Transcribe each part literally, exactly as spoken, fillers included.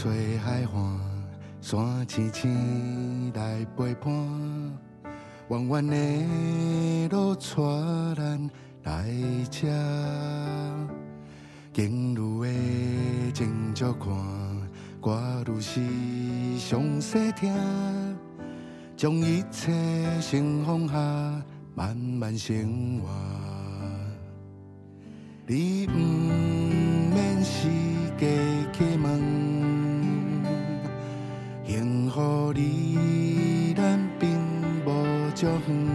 吹海岸，山青青来陪伴，弯弯的路带咱来这。经愈的情足寒，我愈是详细听，将一切先放下，慢慢生活。你不免是家去问，幸福离咱并无足远，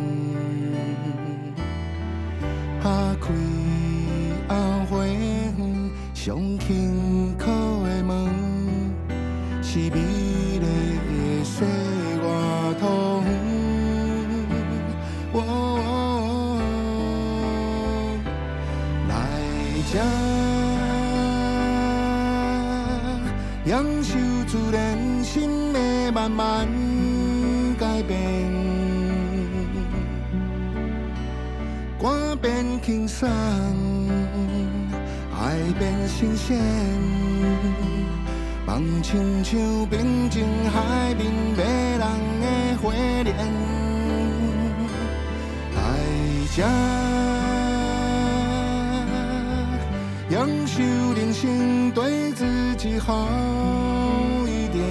打开后花园，上轻靠的门，是美丽的世外桃源。这享受自然心的慢慢改变，肝变轻松，爱变新鲜，梦亲像平静海面迷人的花莲，来这。享受人生，对自己好一点，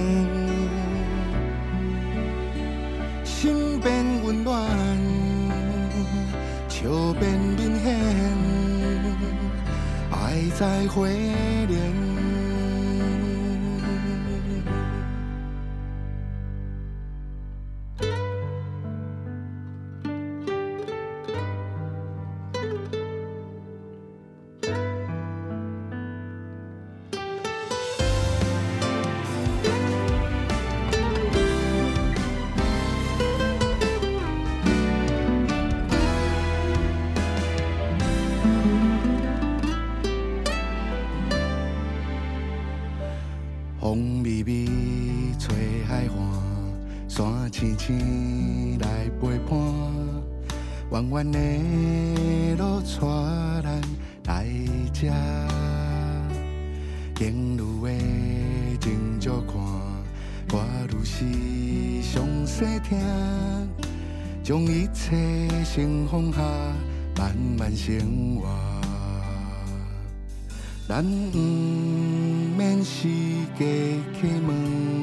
心变温暖，笑变明显，爱在花莲。风微微吹海岸，山青青来陪伴，弯弯的路带咱来这。经愈的情足寒，我愈是详细听，将一切先放下，慢慢生活。咱不免是家去问，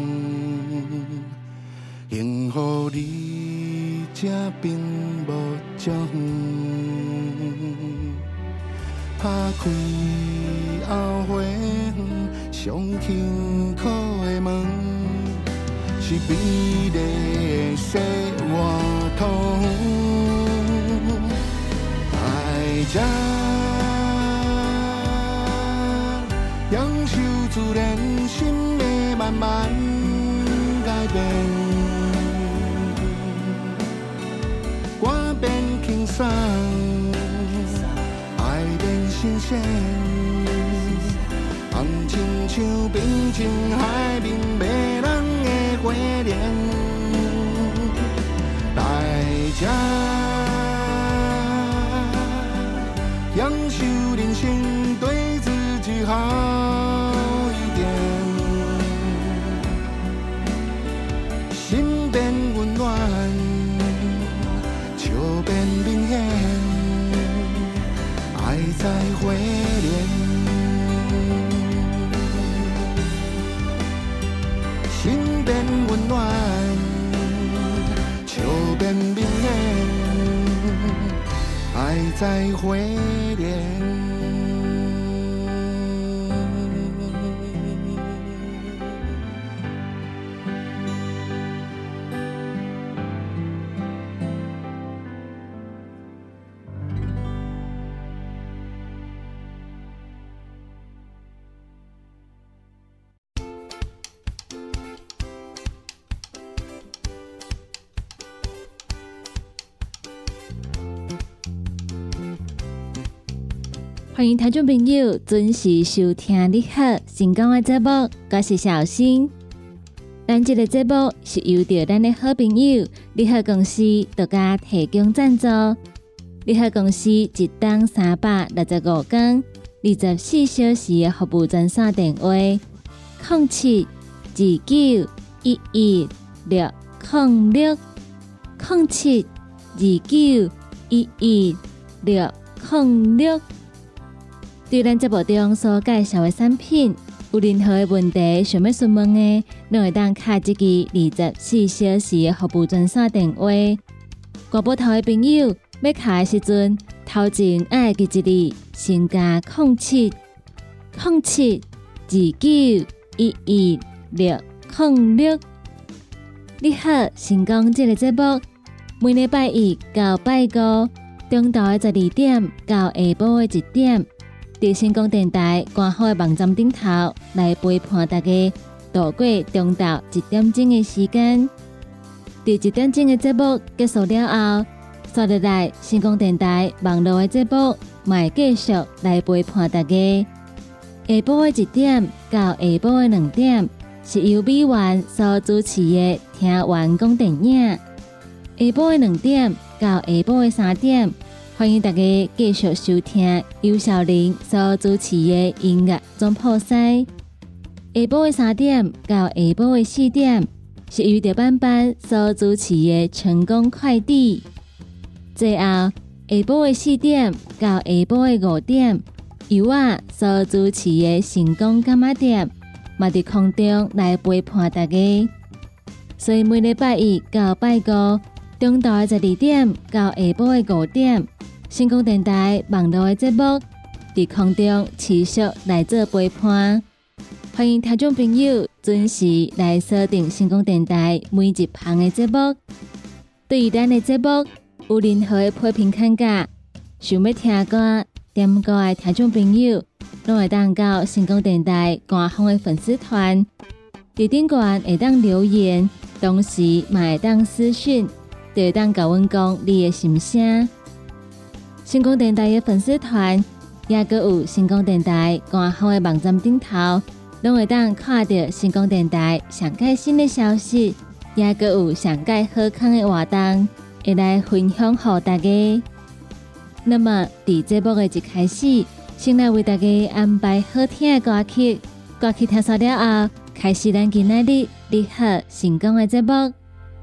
幸福离这并无足远。打开后花园，上轻靠的门，是美丽的世外桃源。来这。享受自然心的慢慢改变，肝变轻松，爱变新鲜，梦亲像平静海面迷人的花莲，来这享受人生，对自己好。心变温暖，笑变明显，爱在花莲。心变温暖，笑变明显，爱在花莲。 欢迎听众朋友准时收听你好成功的节目，我是小新。咱这个节目是由着咱的好朋友你好公司独家提供赞助。你好公司一档三百六十五天、二十四小时的服务专线电话， 零七二九一一六零六零七二九一一六零六。对咱节目中所介绍的产品，有任何的问题想要询问的，拢会当敲这支二十四小时的服务专线电话。挂拨头的朋友要敲的时阵，头前爱记一字，先加零七零七二九一一六零六。你好，成功这个节目每礼拜一到拜五中昼的十二點到下晡的一點，在成功電台官方的網站頂頭來陪伴大家度過中晝一點鐘的時間。在一點鐘的節目結束了後，刷入來成功電台網絡的節目，也會繼續來陪伴大家。下晡的一點到下晡的兩點，是由美元所主持的聽完講電影。下晡的兩點到下晡的三點，歡迎大家繼續收聽尤小玲所主持的音樂總鋪師。下晡的三點到下晡的四點，是由著班班所主持的成功快遞。最後下晡的四點到下晡的五點，由我所主持的成功柑仔店，嘛佇空中來陪伴大家。所以每禮拜一到拜五中晝的十二點到下晡的五點，成功電台網絡的節目佇空中持續來做陪伴。歡迎聽眾朋友準時來鎖定成功電台每一項的節目。對於咱的節目有任何的批評看價，想要聽歌點歌的聽眾朋友，攏會當到成功電台官方的粉絲團，佇頂懸會當留言，同時嘛會當私訊，就會當甲阮講你的心聲。成功電台的粉絲團，也閣有成功電台官方的網站頂頭，攏會當看到成功電台上蓋新的消息，也閣有上蓋好康的活動，會來分享給大家。那麼，佇節目的一開始，先來為大家安排好聽的歌曲，歌曲聽熟了後，開始咱今仔日你好成功的節目。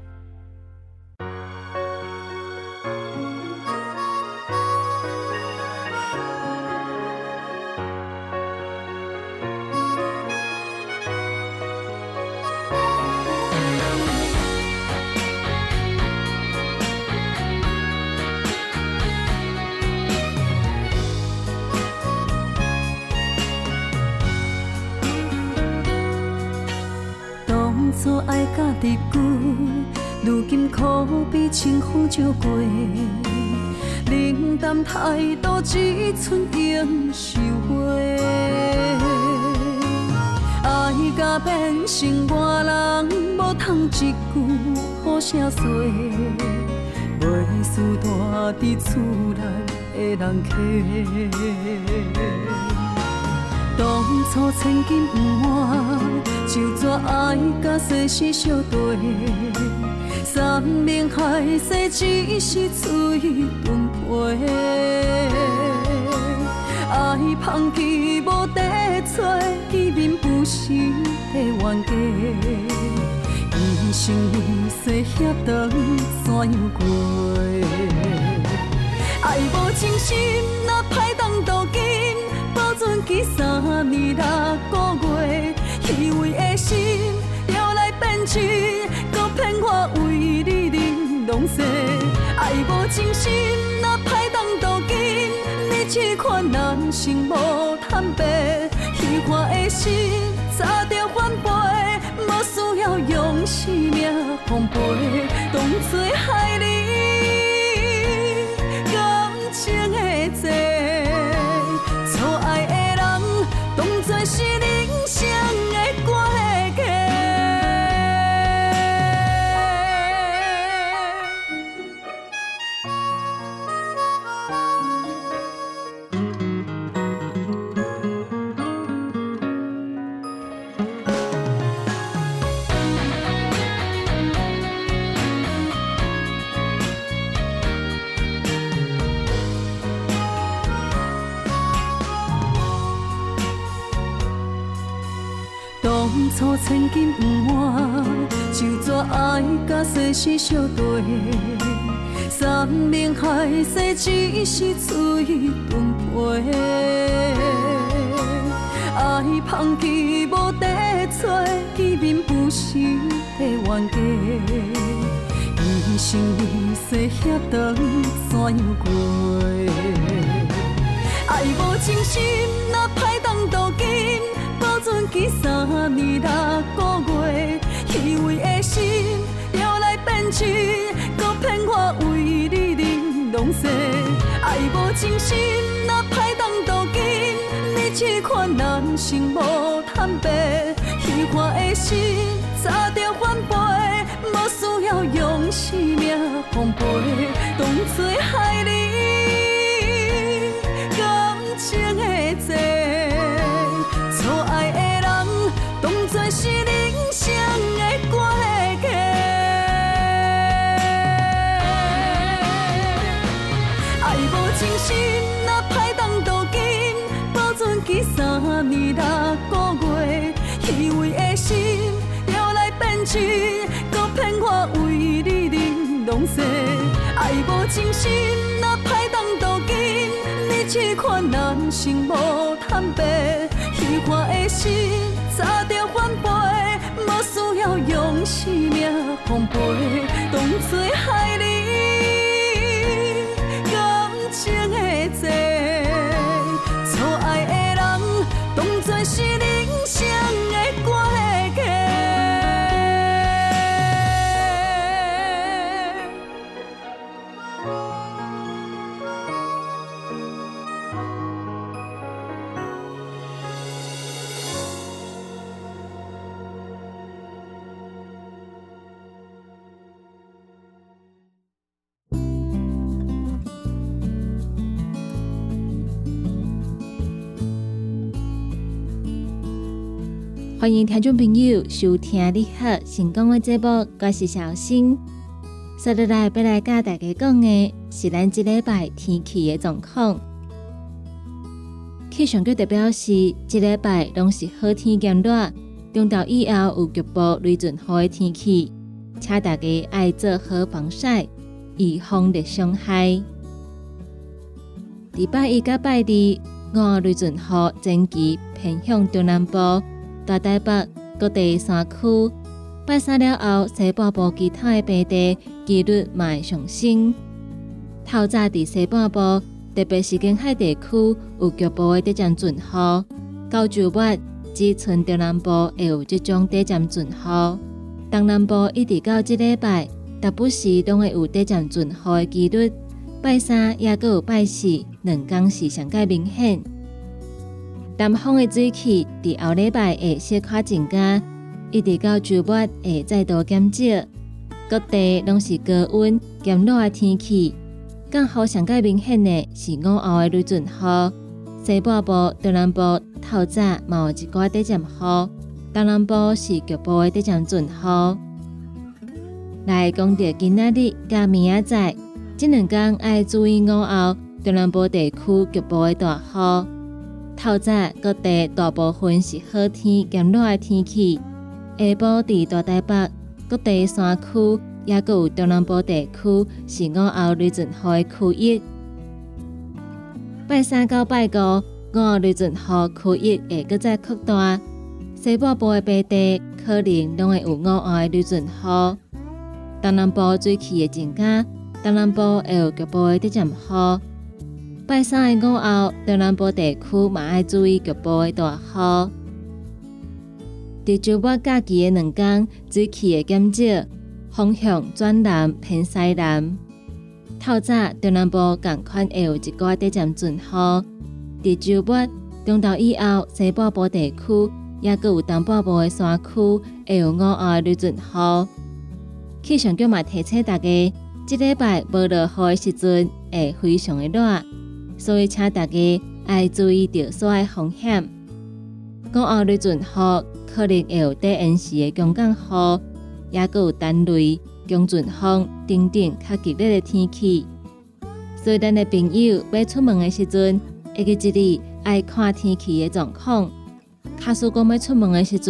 初愛甲你久，如今可比清風照過。冷淡態度只剩永收回。愛甲變成外人，無通一句好聲說。袂輸大佇厝內的人客。當初千金不換，就怎愛甲世事相對？山盟海誓只是嘴遁皮，愛放棄無地找，見面不是的冤家。一生為細遐長怎樣過？愛無真心，哪歹當渡緊？保存記三年六個月，虛偽的心要來變真，搁騙我為你忍攏世。愛無真心，哪歹當渡緊？你這款人生無坦白，虛幻的心早著反背，無需要用生命奉陪，當作害你感情的債。當作是人生的過客。 千金不换，就怎爱甲世事相对？山盟海誓只是嘴顿皮，爱放弃无地找，见面不是的冤家。一生一世遐长，怎样过？爱无真心，若歹当镀金，保存起三年六个月，虚伪的心摇来变真，搁骗我为你玲珑色。爱无真心，若歹当镀金，你这款人生无坦白，虚幻的心早着反背，无需要用生命奉陪，当作害你。情的债，错爱的人当作是人生的关系。爱无真心，若歹当镀金，保存起三年六个月，虚伪的心摇来变真，搁骗我为你玲珑色。爱无真心，若歹当镀金。这款人生无坦白，虚幻的心早着反背，无需要用生命奉陪，当作害你感情的债，错爱的人当作是人生的关系。 欢迎听众朋友收听你好成功的节目，我是小新。接下来要来甲大家讲的是咱这礼拜天气的状况。气象局特表示，这礼拜拢是好天兼热，中昼以后有局部雷阵雨的天气，请大家爱做好防晒，预防热伤害。礼拜一到拜二，五雷阵雨前期偏向中南部。大台北各地山区，拜三了后，西半部其他的平地几率嘛会上升。透早伫西半部，特别是沿海地区有局部的短暂阵雨，到周末只剩中南部会有这种短暂阵雨。东南部一直到这礼拜，大部时拢会有短暂阵雨的几率。拜三也阁有拜四，两天是上界明显。南方的水汽伫后礼拜会小可增加，一直到周末会再度减少。各地拢是高温兼热的天气。降雨上界明显的是午后的雷阵雨，西半部、中南部透早嘛有一寡短暂雨，东南部是局部的短暂阵雨。来讲到今仔日甲明仔载，这两天要注意午后中南部地区局部的大雨。透早各地大部分是好天兼热的天气，下晡伫大台北各地山区，也阁有中南部地区是午后雷阵雨的区域。拜三到拜五，午后雷阵雨区域会搁再扩大，西半部的平地可能拢会有午后的雷阵雨。东南部水汽会增加，东南部会有局部的短暂雨。拜三的午后，中南部地区嘛要注意局部的大雨。伫周末假期的两天，水汽会减少，风向转南偏西南。透早中南部同款会有一寡短暂阵雨。伫周末中昼以后，西半部地区也阁有东半部的山区会有午后的雷阵雨。气象局嘛提醒大家，这礼拜无落雨的时阵会非常的热。所以，请大家要注意着所有风险。午后雷阵雨可能会有短延时的强降雨，也阁有单雷、强阵风等等较激烈的天气。所以，咱的朋友要出门的时阵，会记一日爱看天气的状况。假使讲要出门的时阵，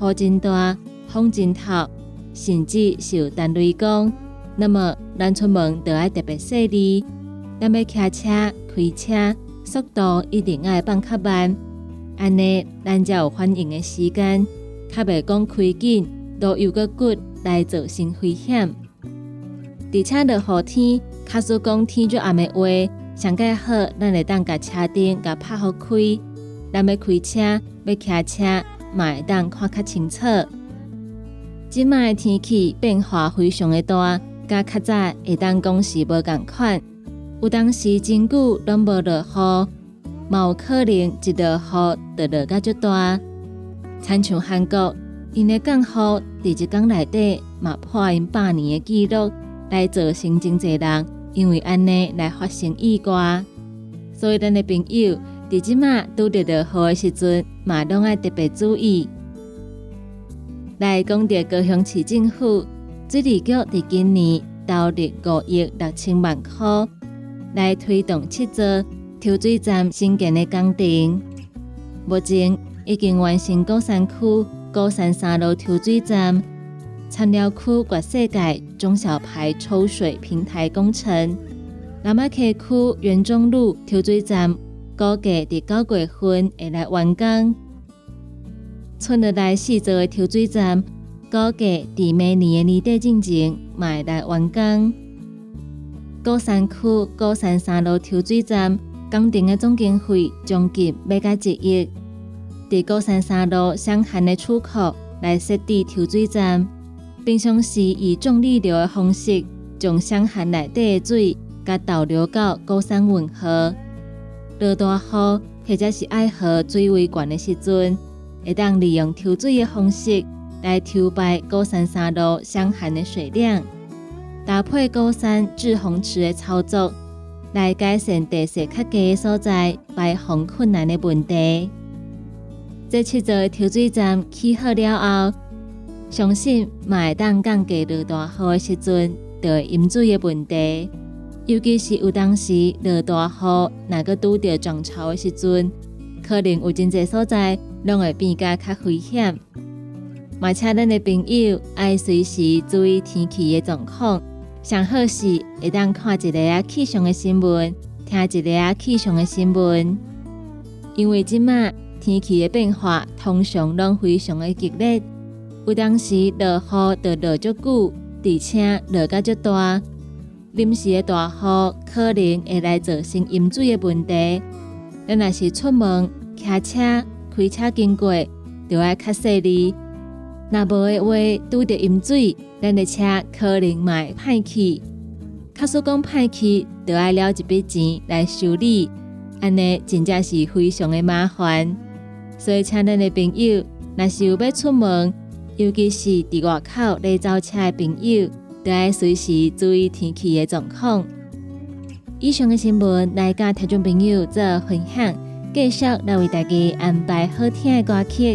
雨真大、风真透，甚至是有单雷公，那么咱出门就要特别细腻。咱要骑车、开车，速度一定要放较慢，安尼咱才有反应的时间，较袂讲开紧，都又个骨来造成危险。而且落雨天，假使讲天就暗的话，上介好，咱会当甲车灯甲拍好开，咱要开车、要骑车，嘛会当看较清楚。即摆天气变化非常的大，甲较早会当讲是无共款。有当时真久拢无落雨，嘛有可能一落雨就落甲足大。亲像韩国，因的降雨伫一天内底嘛破因百年的纪录，来造成真侪人因为安尼来发生意外。所以咱的朋友伫即马拄着落雨的时阵，嘛拢爱特别注意。来讲到高雄市政府水利局伫今年投入五亿六千万块，来推动七座抽水站新建的工程。目前已经完成高山区高山三路抽水站、田寮区月世界中小排抽水平台工程、南马溪区元中路抽水站，估计伫九月份会来完工。剩落来四座的抽水站，估计伫明年的年底进前嘛会来完工。高山区高山三路抽水站工程的总经费将近要到一亿。伫高山三路上涵的出口来设置抽水站，平常时以重力流的方式，将上涵内底的水甲导流到高山运河。落大雨或者是爱河水位悬的时阵，会当利用抽水的方式来抽排高山三路上涵的水量。搭配高山滞洪池的操作，来改善地势较低的所在排洪困难的问题。这七座抽水站起好了后，相信嘛会当降低落大雨的时阵就会饮水的问题。尤其是有当时落大雨，若个拄到涨潮的时阵，可能有真侪所在拢会变甲较危险。嘛，请咱的朋友爱随时注意天气的状况。上好是会当看一个啊气象的新闻，听一个啊气象的新闻。因为即马天气的变化通常拢非常的激烈，有当时落雨就落足久，而且落甲足大。临时的大雨可能会来造成饮水的问题。咱若是出门骑车、开车经过，就要较细腻。若无的话，拄着饮水，咱的车可能嘛会歹去。假使讲歹去，就要了一笔钱来修理，安尼真正是非常的麻烦。所以，请咱的朋友，若是有要出门，尤其是伫外口咧走车的朋友，都要随时注意天气的状况。以上的新闻来甲听众朋友做分享，继续来为大家安排好听的歌曲。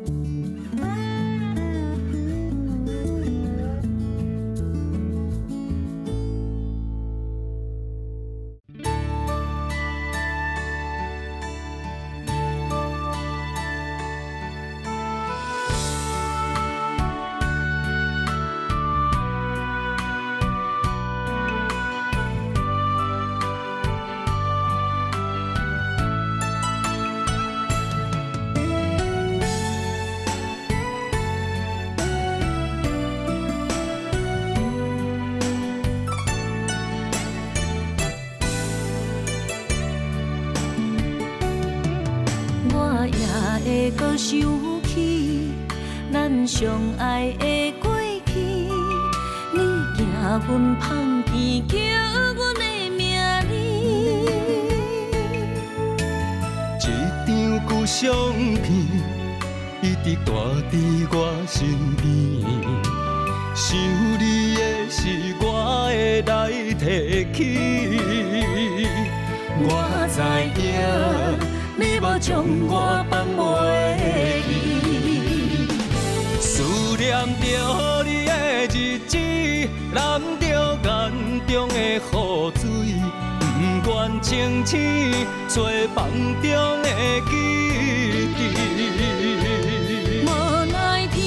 会搁想起咱相爱的过去，你行阮芳田，叫阮的名字。 一张旧相片，一直挂伫我身边。想你的时，我会来提起。我知影。你无将我放袂记，思念着你的日子，淋着眼中的雨水，不愿清醒做梦中的记忆。 无奈天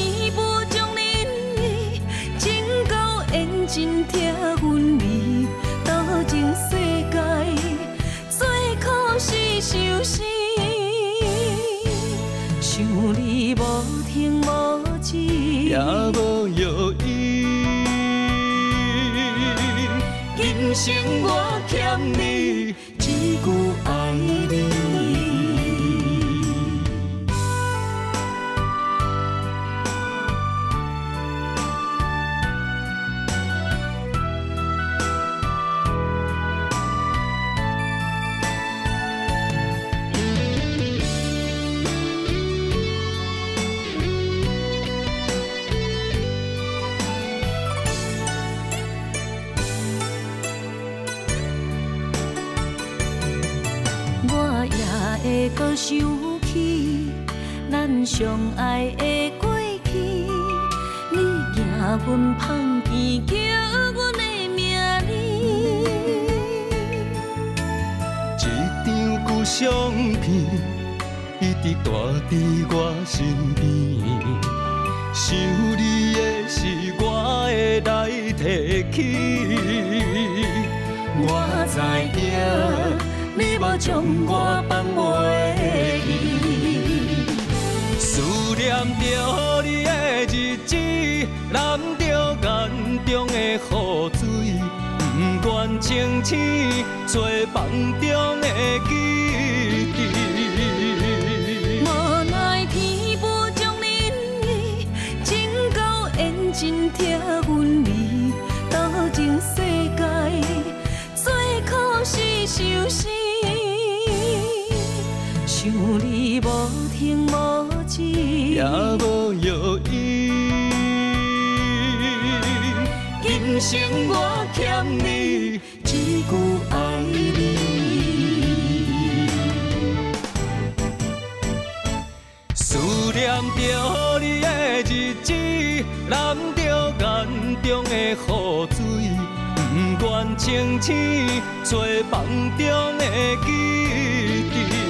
真疼阮味，斗阵世界最可是相思。想你无停无止， 也无药医。今生我欠你一句爱你。 会搁想起咱相爱的过去，你行阮芳田，叫阮的名字。 一张旧相片，一直带伫我身边。想你的时，我会来提起。我知影。你无将我放袂记，思念着你的日子，淋着眼中的雨水，不愿清醒做梦中的记忆。 无奈天无将恁意，真够缘真疼阮味，斗阵世界最可是相思。想你无停无止， 也无药医。今生我欠你一句爱你。思念着你的日子，淋着眼中的雨水，不愿清醒做梦中的记忆。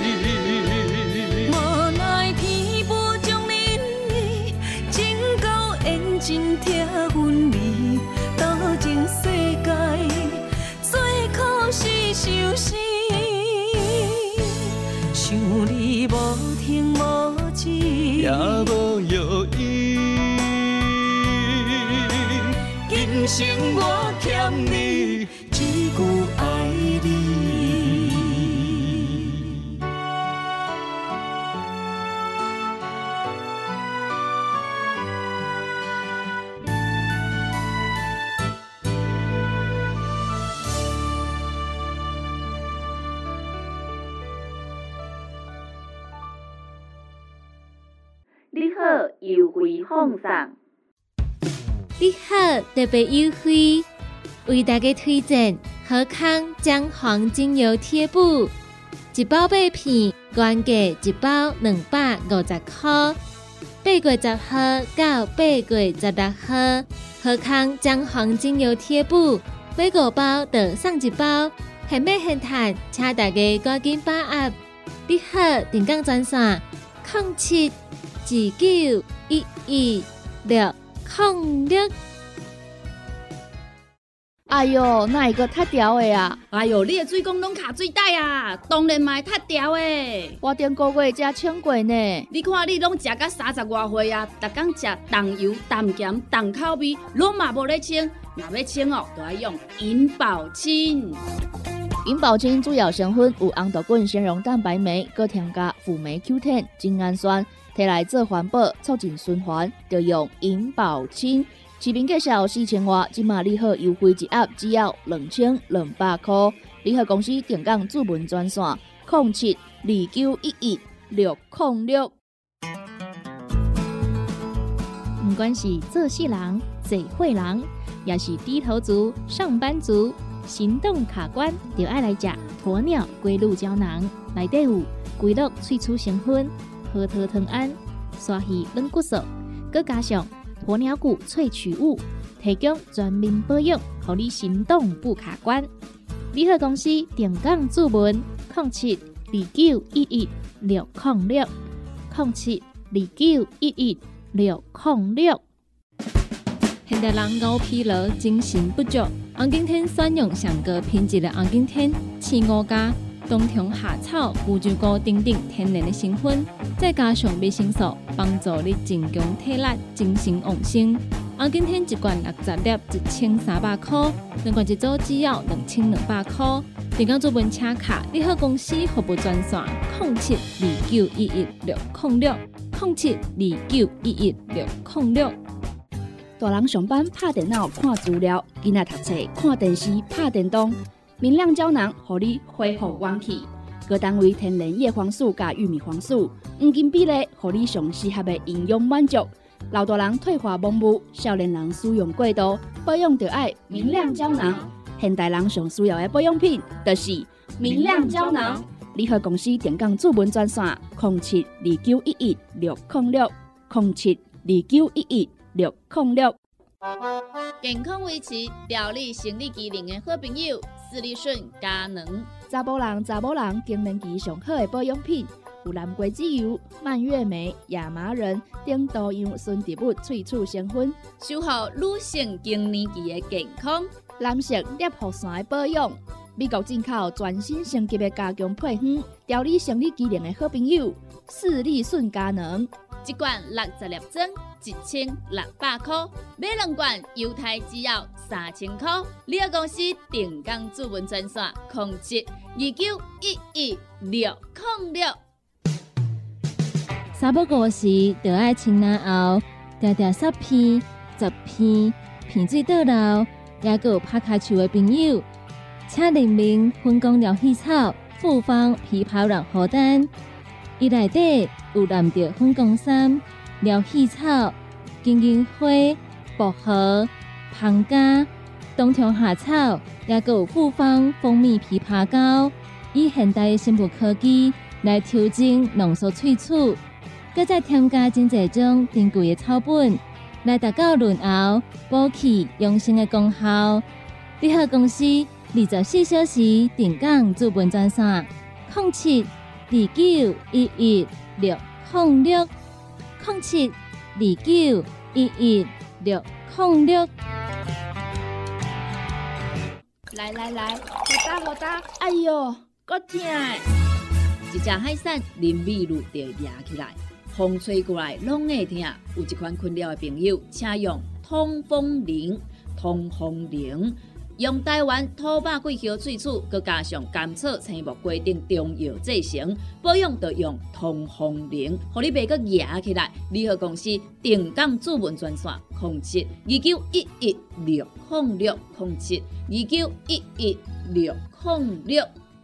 真疼阮味，斗阵世界最可是相思。想你无停无止， 也无药医。今生我欠你一句爱你。 你好，优惠放送。 你好，特别优惠，为大家推荐好康姜黄精油贴布，一包八片，原价一包两百五十块。八月十号到八月十六号，好康姜黄精油贴布买五包就送一包，现买现赚，请大家赶紧把握。你好，电讲专线零七二九一一六零六。 哎哟，哪会个塌条的啊？ 哎哟，你的水管拢卡水袋啊，当然嘛会塌条的。 我顶个月才清过呢。 你看你拢食到三十外岁啊，逐工食重油、重咸、重口味，拢嘛无咧清。若要清哦，就要用银保清。 银保清主要成分有红豆滚、纤溶蛋白酶，搁添加辅酶 Q 十、精氨酸，摕来做环保，促进循环，就用银保清。市面介绍四千外，即马联合优惠一盒只要两千两百块。联合公司定岗主文专线零七二九一一六零六。 不管是做事人、做会人，也是低头族、上班族，行动卡关，就爱来吃鸵鸟龟鹿胶囊。内底有龟鹿萃取成分，核桃藤胺、鲨鱼软骨素，佮加上鸵鸟骨萃取物，提供全面保养，让你行动不卡关。联合公司定岗注文零七二九一一六零六零七二九一一六零六。 现现代人熬疲劳、精神不足，红景天选用上高品质的红景天、刺五加、冬虫夏草、乌鸡菇等等天然的成分，再加上维生素，帮助你增强体力、精神旺盛。红景天一罐六十粒，一千三百块；两罐一组只要两千两百块。电工主文车卡，你好公司服务专线：零七二九一一六零六零七二九一一六零六。 大人上班拍电脑看资料，囡仔读册看电视拍电动。明亮胶囊，让你恢复元气。各单位天然叶黄素加玉米黄素，黄金比例，让你上适合的营养满足。老大人退化盲目，少年人使用过度，保养就要明亮胶囊。现代人上需要的保养品，就是明亮胶囊。联合公司电工主文专线：零七二九一一六零六零七二九一一六零六。 健康维持、调理生理机能的好朋友，斯利顺佳能。 查甫人、查某人更年期上好的保养品，有蓝桂枝油、蔓越莓、亚麻仁等多样纯植物萃取成分， 守护女性更年期的健康。 男性尿护伞的保养，美国进口全新升级的加强配方，调理生理机能的好朋友，视力顺佳能。 一罐六十粒装，一千六百块；买两罐，犹太只要三千块。联合公司电工主文专线：零七二九一一六零六。 三不五时，就爱清凉后，条条十片、十片，片水倒流。也佮有拍卡球的朋友，请联名分工疗气草、复方枇杷软荷丹，伊内底有蓝调粉光山、疗气草、金银花、薄荷、芳加、冬虫夏草，也佮有复方蜂蜜枇杷膏，以现代的生物科技来调整浓缩萃取，佮再添加真侪种珍贵的草本。来达到润喉、补气、养生的功效。联合公司二十四小时电工主文专线：零七二九一一六零六零七二九一一六零六。 来来来，好打好打！哎呦，够痛！ 一只海扇淋米露就压起来。风吹过来拢会痛，有一款困扰的朋友，请用通风灵。通风灵用台湾土白桂花萃取，佮加上甘草、青木规定中药制成，保养就用通风灵，互你袂佮压起来。联合公司电工主文专线：零七二九一一六零六零七二九一一六零六。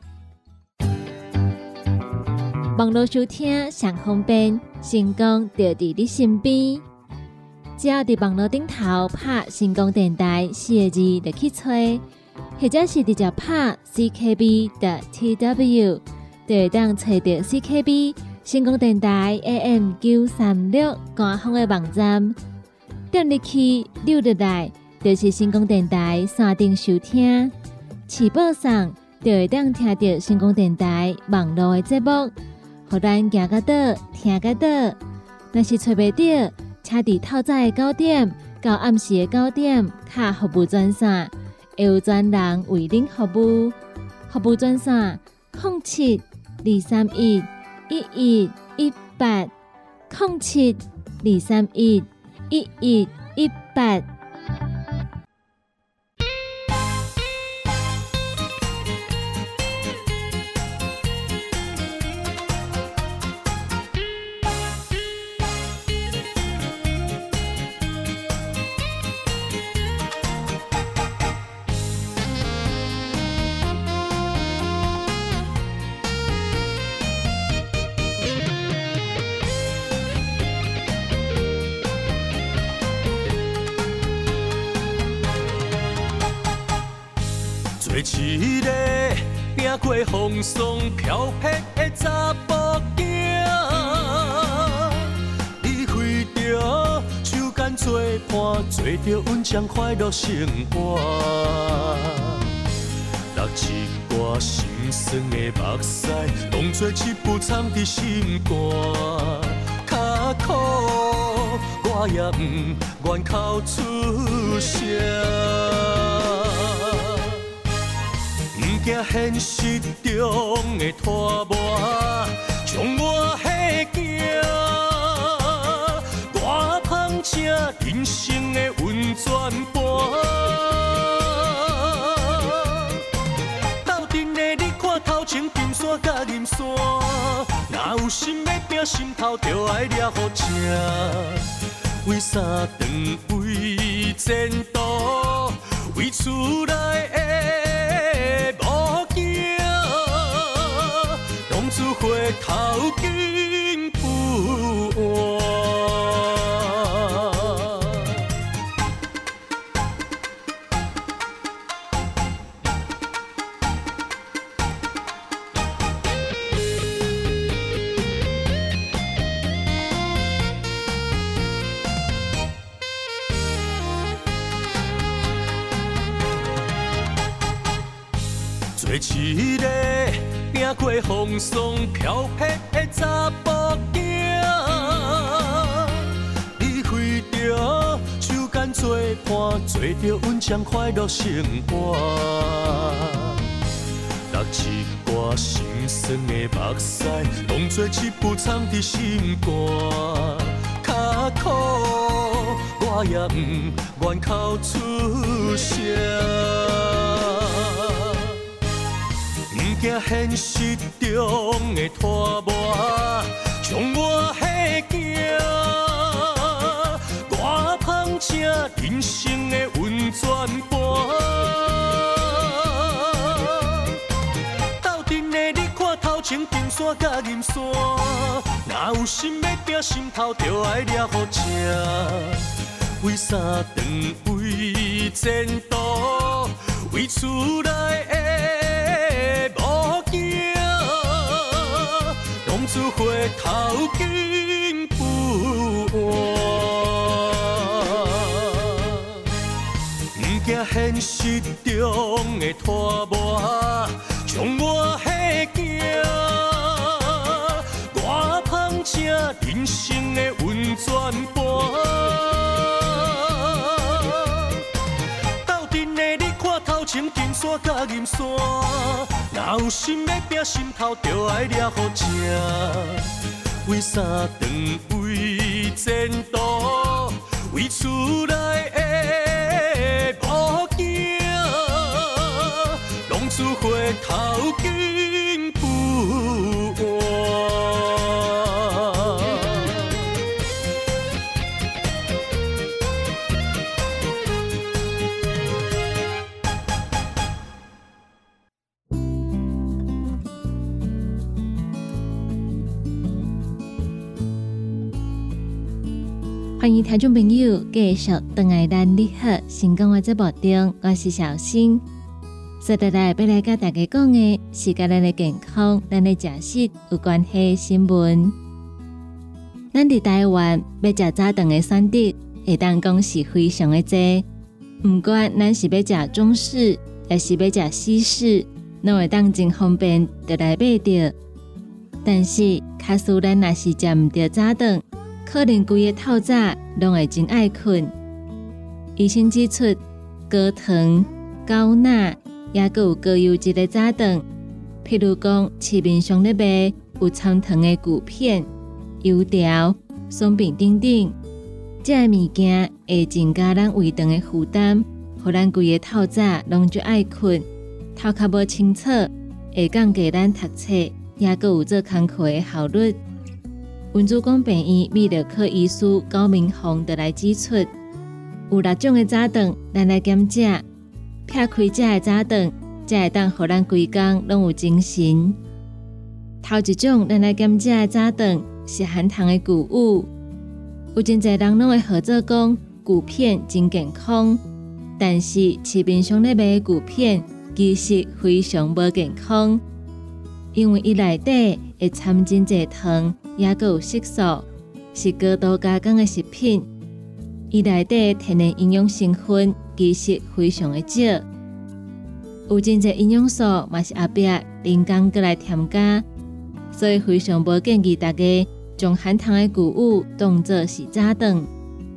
网络收听上方便，成功就伫你身边。只要伫网络顶头拍成功电台四个字就去找，或者是直接拍 C K B 的 T W， 就会当找到 C K B 成功电台 A M 九三六官方的网站。点入去溜入来，就是成功电台山顶收听。起报上就会当听到成功电台网络的节目。互咱行到倒，听到倒。若是找袂到，请伫透早的九点到暗时的九点，卡服务专线，会有专人为您服务。服务专线：零七二三一一一一八零七二三一一一一八。 做一个拼过风霜漂泊的查甫囝，你为着手间做伴，做着稳将快乐生活。落一挂心酸的目屎，当作一副藏伫心肝，较苦。 我也不愿口出声。不惊现实中的拖磨，将我迄惊。我芳正人生的温泉盘。斗阵的你看头前金山甲银山，若有心要拼，心头就爱抓好正。为啥长为前途，为厝内的某囝，拢只回头金不换。做一个行过风霜飘泊的查甫囝，你为着手间做伴，做着稳将快乐生活。落一挂心酸的目屎，拢做一步藏伫心肝。较苦我也不愿口出声。不惊现实中的拖磨，将我迄惊。我芳正人生的温泉盘。斗阵的你看头前金山甲银山，若有心要拼，心头就爱抓好正。为啥长为前途，为厝内的某囝，拢只回头金不换。不惊现实中的拖磨，将我迄惊。我芳正人生的温泉盘。头前金山甲银山，若有心要拼，心头就爱抓好正。为啥长为前途，为厝内的某囝，拢只回头金不换。 欢迎听众朋友继续回来咱你好成功的节目中，我是小新。接下来要来甲大家讲的是甲咱的健康、咱的食食有关系的新闻。咱伫台湾要食早顿的选择，会当讲是非常的多。不管咱是要食中式，还是要食西式，拢会当真方便就来买着。但是，假使咱若是食唔着早顿，可能规个透早拢会真爱困。医生指出，高糖、高钠，也阁有高油脂的早顿，譬如讲市面上咧卖有掺糖的谷片、油条、松饼等等，这个物件会增加咱胃肠的负担，互咱规个透早拢就爱困，头壳无清楚，会降低咱读册，也阁有做功课的效率。文主公病院泌尿科医师高明宏就来指出，有六种的早顿，咱来减食，撇开这的早顿，才会当互咱规工拢有精神。头一种咱来减食的早顿是含糖的谷物，有真侪人拢会号做讲谷片真健康，但是市面上咧卖的谷片其实非常无健康，因为伊内底会掺真侪糖。也阁有色素，是高度加工的食品。伊内底天然营养成分其实非常的少，有真侪营养素嘛是后壁人工过来添加，所以非常无建议大家将含糖的谷物当作是早顿。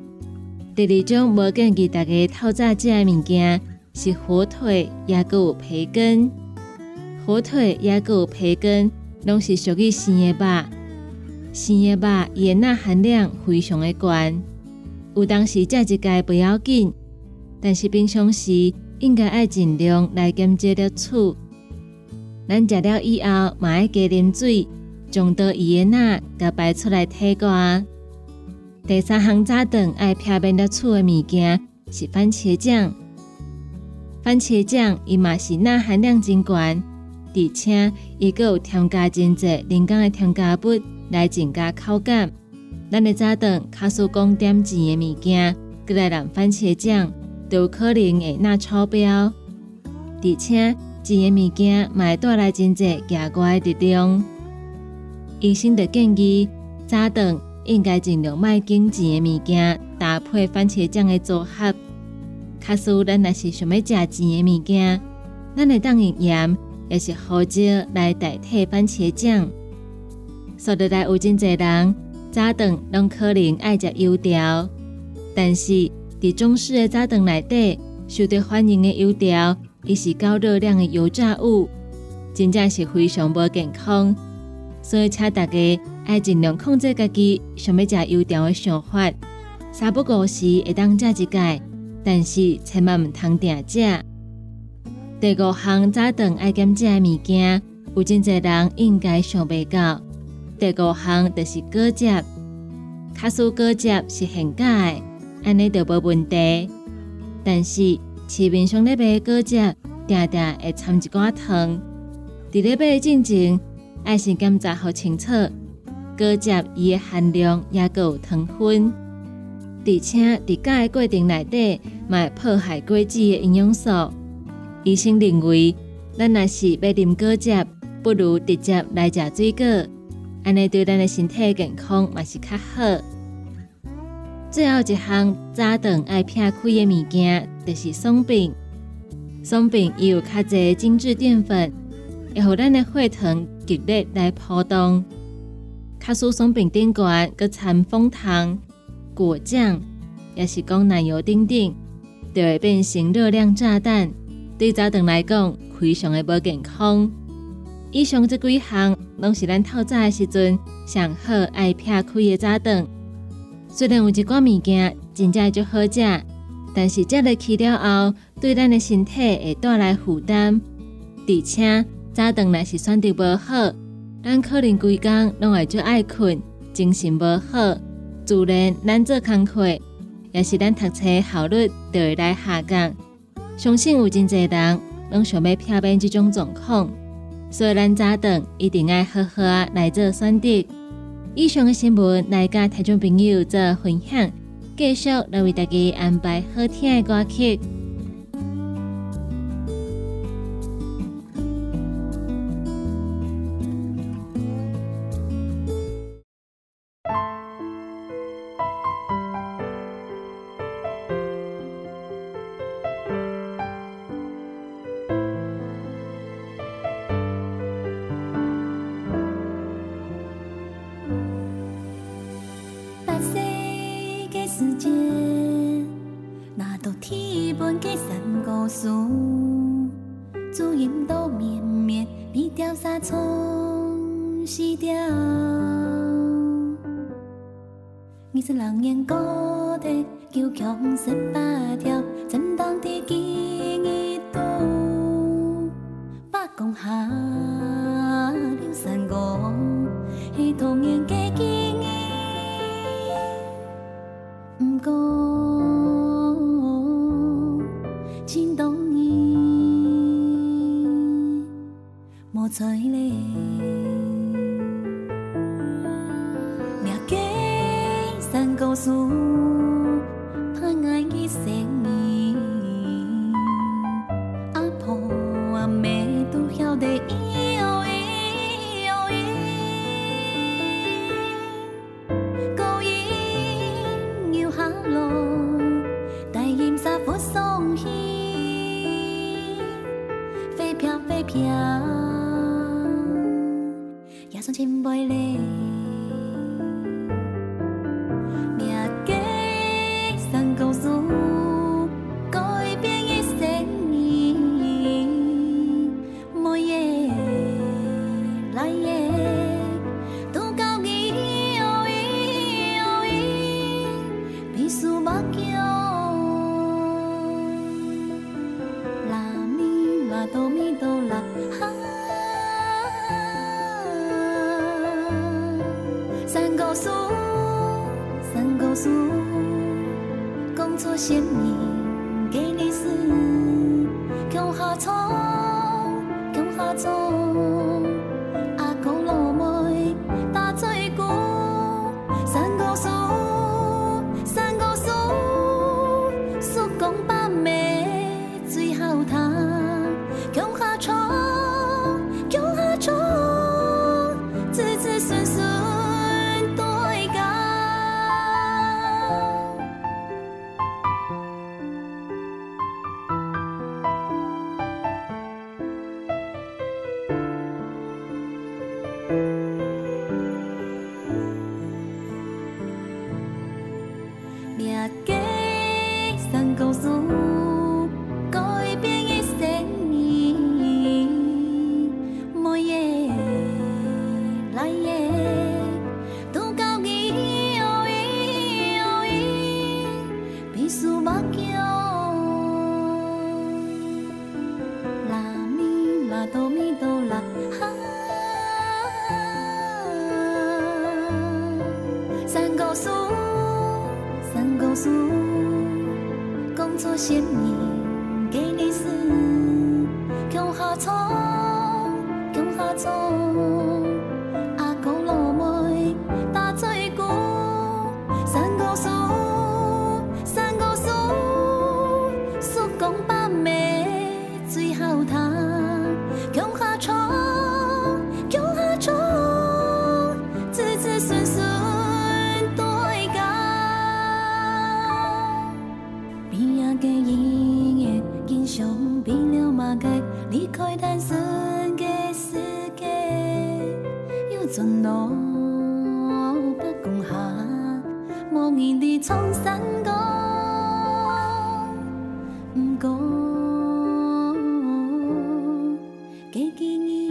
第二种无建议大家透早食的物件是火腿，也阁有培根。火腿也阁有培根，拢是属于生的肉。生的肉伊的钠含量非常的悬，有当时食一盖不要紧，但是平常时应该爱尽量来减少摄取。咱食了以后，嘛爱加啉水，将倒伊的钠甲排出来体外。第三项早顿爱避免摄取的物件是番茄酱。番茄酱伊嘛是钠含量真悬，而且伊阁有添加真济人工的添加物来增加口感。咱的早顿卡输讲点钱的物件，搁来染番茄酱，就有可能会钠超标。而且钱的物件嘛会带来真济额外的热量。医生就建议早顿应该尽量卖经钱的物件搭配番茄酱的组合。假使咱若是想要食钱的物件，咱会当用盐，也是胡椒来代替番茄酱。所以来有真侪人早顿拢可能爱食油条，但是伫中式的早顿内底，受到欢迎的油条，伊是高热量的油炸物，真正是非常无健康。所以请大家爱尽量控制家己想要食油条的想法，三不五时会当食一盖，但是千万唔通定食。第五项早顿爱减食的物件，有真侪人应该想袂到。第五项就是果汁，假使果汁是现价的，安尼就无问题。但是市面上咧卖果汁，定定会掺一寡糖。伫咧买进前，爱先检查好清楚，果汁伊的含量也阁有糖分，而且伫加的过程内底，嘛会破坏果子的营养素。医生认为，咱若是要啉果汁，不如直接来食水果，安尼对咱的身体健康嘛是较好。最后一项早顿爱避开的物件，就是松饼。松饼伊有较侪精致淀粉，会互咱的血糖激烈来波动。假使松饼顶悬搁掺枫糖、果酱，也是讲奶油等等，就会变成热量炸弹。对早顿来讲，非常的无健康。以上这几项，拢是咱透早的时阵上好爱避开的早顿。虽然有一寡物件真正足好食，但是食落去了后，对咱的身体会带来负担。而且早顿若是选择无好，咱可能规工拢会足爱困，精神无好，自然咱做工课，也是咱读册的效率就会来下降。相信有真侪人拢想要避免这种状况，所以咱早顿一定要好好来做选择。以上的新闻来甲听众朋友做分享，继续来为大家安排好听的歌曲。 二十人烟高地，叫强十八条，震荡地记忆度，八公下了三个，是同样的记忆，不过真当伊无在咧。告诉他爱伊生意，阿婆阿妹都晓得伊哦伊哦伊，高音要下落，大音沙佛松起，飞飘飞飘，也算前辈嘞。告诉生命给你死，向下冲，向下冲，阿公老妹打最鼓，三个数，三个数，数讲把妹最好听，向下冲，向下冲，子子孙孙。生命给你死，向下冲，向下冲，阿公老妹打最鼓，三个数，三个数，数讲把妹最好听，向下冲，向下冲，子子孙孙。离开单纯的世界，又转落北江下，无言地创山歌。不过，记记你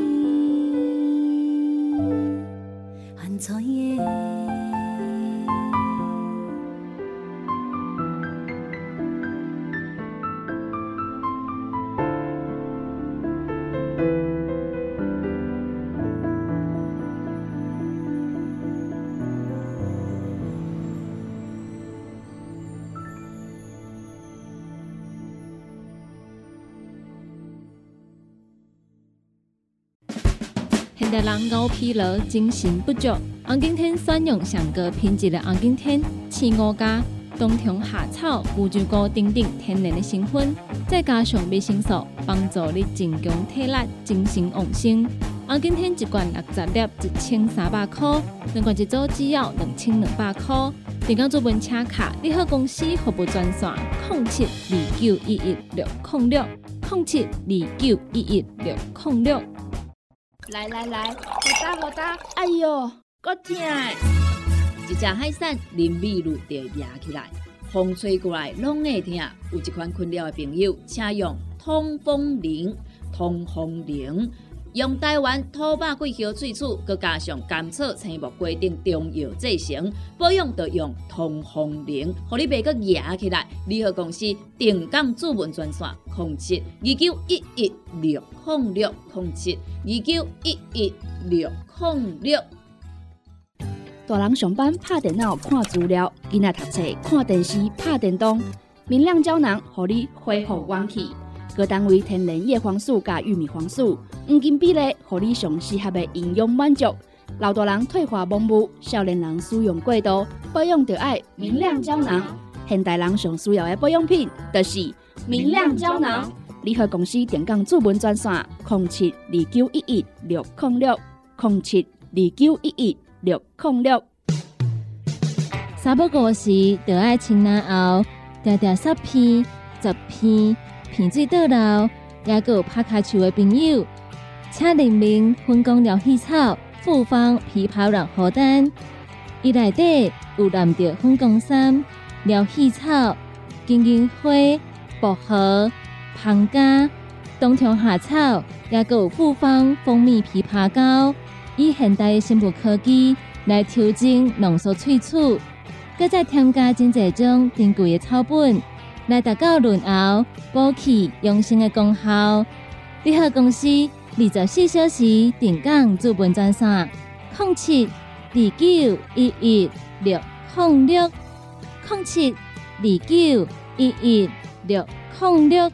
还在耶。 现代人熬疲劳、精神不足，红景天选用上高品质的红景天青五加、冬虫夏草、乌鸡菇等等天然的成分，再加上维生素，帮助你增强体力、精神旺盛。红景天一罐六十粒，一千三百块；两罐一组只要两千两百块。电工主文车卡，你好公司服务专线：零七二九一一六零六零七二九一一六零六。 来来来，好打好打！哎哟，够痛！ 一只海扇淋米露就压起来，风吹过来拢会痛。有一款困扰的朋友，请用通风铃。通风铃用台湾土白桂花萃取，佮加上甘草、青木规定中药制成，保养就用通风铃，互你袂佮压起来。联合公司定岗主文专线：零七二九一一六零六零七二九一一六零六。 大人上班拍电脑看资料，囡仔读册看电视拍电动，明亮胶囊互你恢复元气。各单位天然叶黄素加玉米黄素，黄金比例，互你上适合的营养满足。老大人退化盲目，少年人使用过度，保养就要明亮胶囊。现代人上需要的保养品，就是明亮胶囊。联合公司电工主文专线：零七二九一一六零六零七二九一一六零六。 三不五时，就爱清凉后，常常十片、十片。鼻水倒流，也有拍卡树的朋友，请认明粉光疗气草复方枇杷软荷丹，伊内底有含着粉光参、疗气草、金银花、薄荷、芳加、冬虫夏草，也有复方蜂蜜枇杷膏，以现代的生物科技来调整浓缩萃取，搁再添加真侪种珍贵的草本。来达到润喉、补气、养生的功效。联合公司二十四小时定岗主文专线：零七二九一一六零六零七二九一一六零六。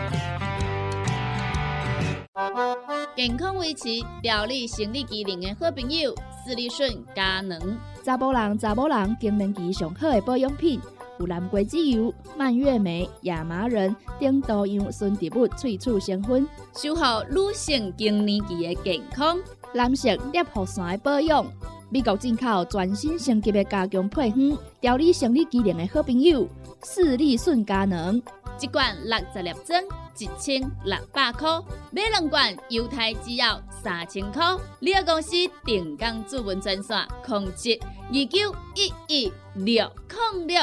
健康维持、调理生理机能的好朋友，斯利顺佳能。查甫人、查某人更年期上好的保养品，有蓝桂枝油、蔓越莓、亚麻仁等多样纯植物萃取成分，守护女性更年期的健康。男性尿护伞的保养，美国进口全新升级的加强配方，调理生理机能的好朋友，斯利顺佳能。一罐六十粒装，一千六百块；买两罐，犹太只要三千块。你个公司定岗主文专线：零七二九一一六零六。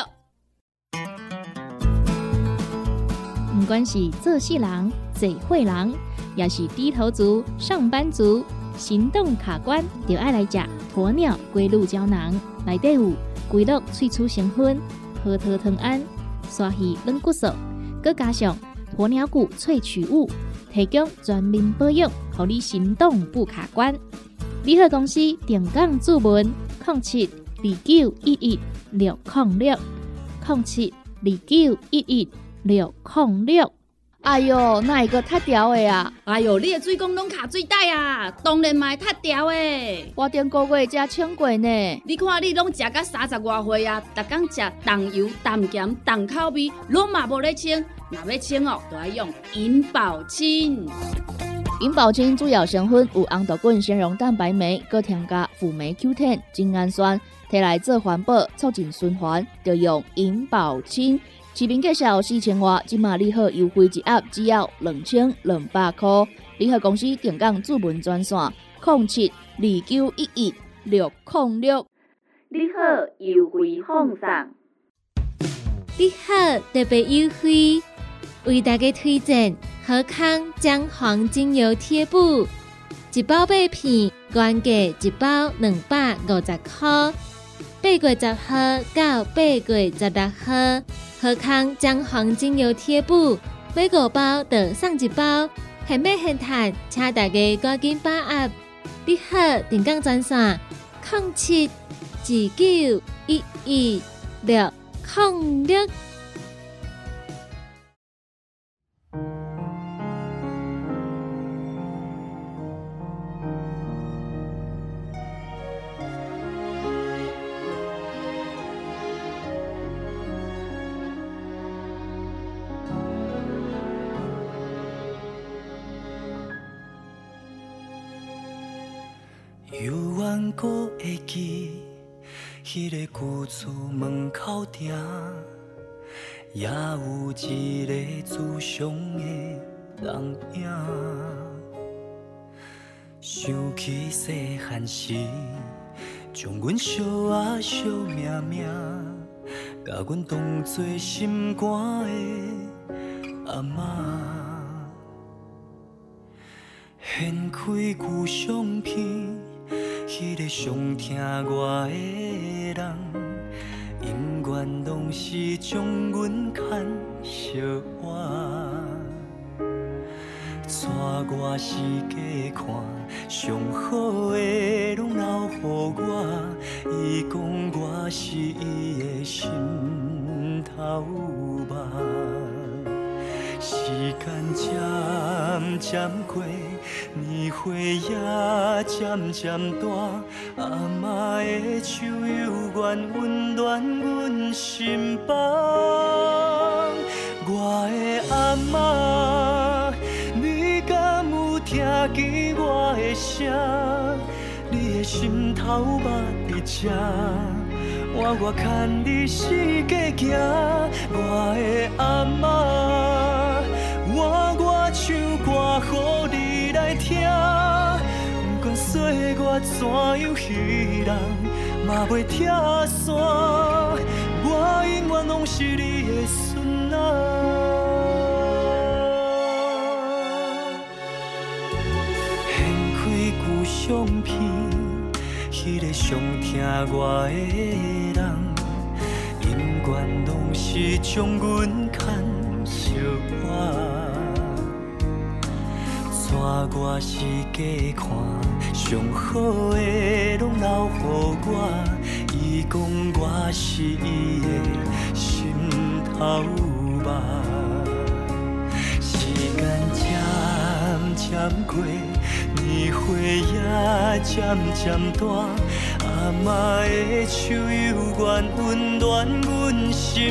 不管是做事人、做伙人，也是低头族、上班族，行动卡关，就爱来吃鸵鸟龟鹿胶囊。内底有龟鹿萃取成分、核桃藤胺、鲨鱼软骨素，佮加上鸵鸟骨萃取物，提供全面保养，让你行动不卡关。联合公司定岗主文：零七二九一一六零六零七二九一一六零六。 哎哟，哪会个塌掉的啊？ 哎哟，你的水管拢卡水袋啊，当然嘛会塌掉的。 我顶个月才清过呢。 你看你拢食到三十外岁啊，逐工食重油、重咸、重口味，拢嘛无咧清。若要清哦，就要用银保清。 银保清主要成分有红豆滚、纤溶蛋白酶，佮添加辅酶 Q 十、精氨酸，摕来做环保，促进循环，就用银保清。市面价小四千外，今马利好优惠一盒只要两千两百块。利好公司定岗主文专线：零七二九一一六零六。 利好优惠放送。 利好特别优惠，为大家推荐好康姜黄精油贴布，一包八片，原价一包两百五十块。八月十號到八月十六號，好康姜黃精油貼布，買五包就送一包，現買現賺，請大家趕緊把握。你好，定崗專線：零七二九一一六零六。 犹原阁会记，迄个旧厝门口埕，也有一个自伤的人影。想起细汉时，将阮小啊小命命，甲阮当作心肝的阿嬷。掀开旧相片，迄个上疼我的人，永远拢是将阮牵相偎。带我世界看，上好的拢留予我。伊讲我是伊的心头肉。时间渐渐过，年岁也渐渐大，阿嬷的手犹原温暖阮心房。我的阿嬷，你敢有听见我的声？你的心头肉伫这，我我牵你世界行。我的阿嬷。我我唱歌，予你来听。不管岁月怎样彼人，嘛袂拆散。我永远拢是你的孙仔。掀开旧相片，迄个上疼我的人，永远拢是将阮牵相偎。带我世界看，上好的拢留予我。伊讲我是伊的心头目。时间渐渐过，年岁也渐渐大，阿嬷的手犹原温暖阮心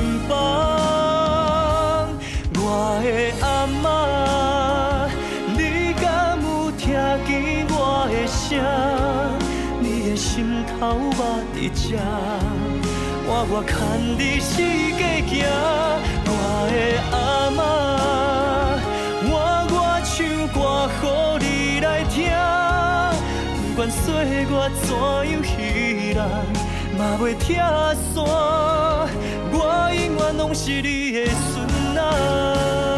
房。我的阿嬷，你敢有听见我的声？你的心头肉伫这，换我牵你四界行。我的阿嬷，换我唱歌予你来听。不管岁月怎样稀烂，嘛袂拆散。我永远拢是你的孙仔。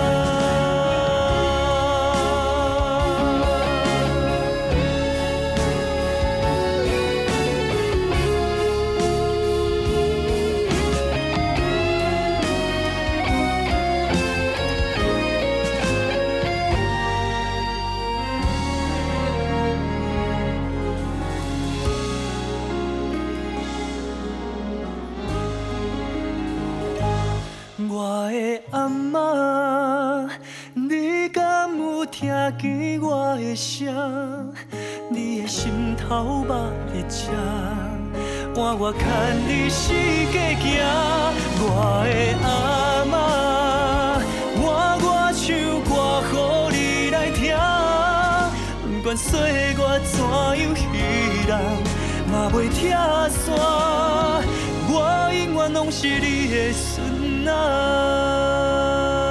我的阿嬷，你敢有听见我的声？你的心头肉伫这，换我牵你四界行。我的阿嬷，换我唱歌予你来听。不管岁月怎样稀烂，嘛袂拆散。我永远拢是你的孙仔。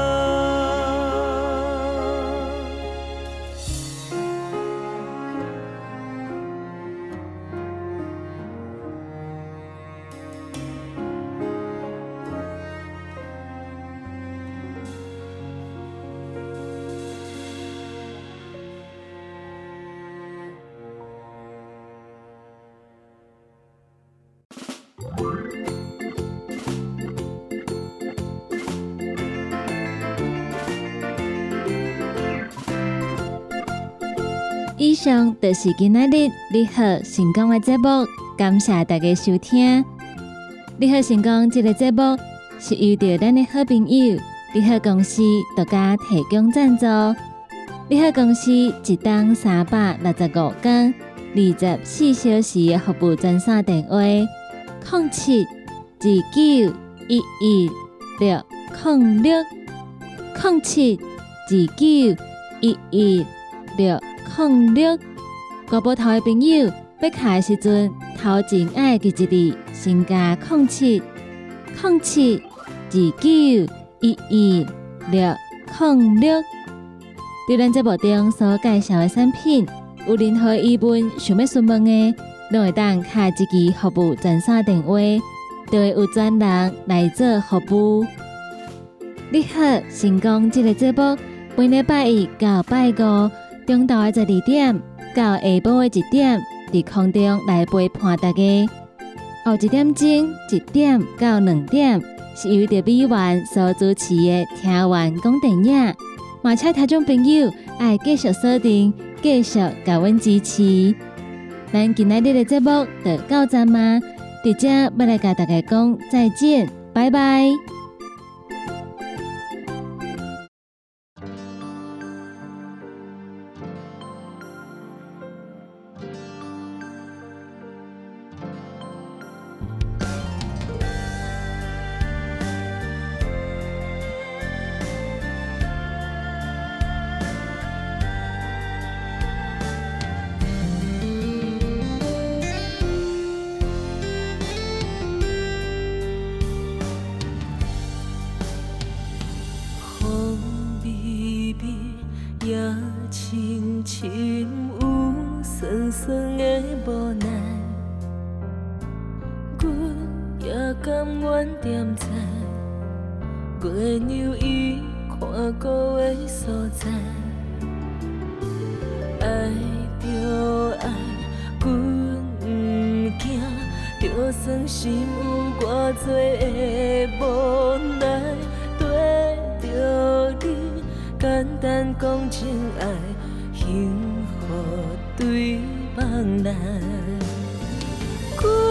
以上就是今仔日你好成功的节目，感谢大家收听。你好成功这个节目是由着咱的好朋友你好公司独家提供赞助。你好公司一档三百六十五天、二十四小时的服务专线电话：零七二九一一六零六零七二九一一六。零六，国宝头的朋友要卡的时阵，头前爱记一字，先加零七零七二九一一六零六。对咱节目中所介绍的产品，有任何疑问想要询问的，拢会当卡一支服务专线电话，就会有专人来做服务。你好，成功这个节目每礼拜一到拜五。中昼的十二點到下晡的一點，在空中來陪伴大家。後一點鐘一點到兩點，是由着美元所主持的聽完講電影。嘛請聽眾朋友愛繼續鎖定，繼續給阮支持。咱今仔日的節目就到這嘛，在這要來甲大家講再見，拜拜。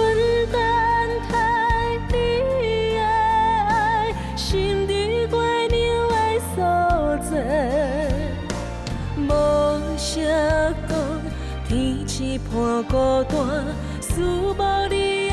心伫过。 判孤单，思无你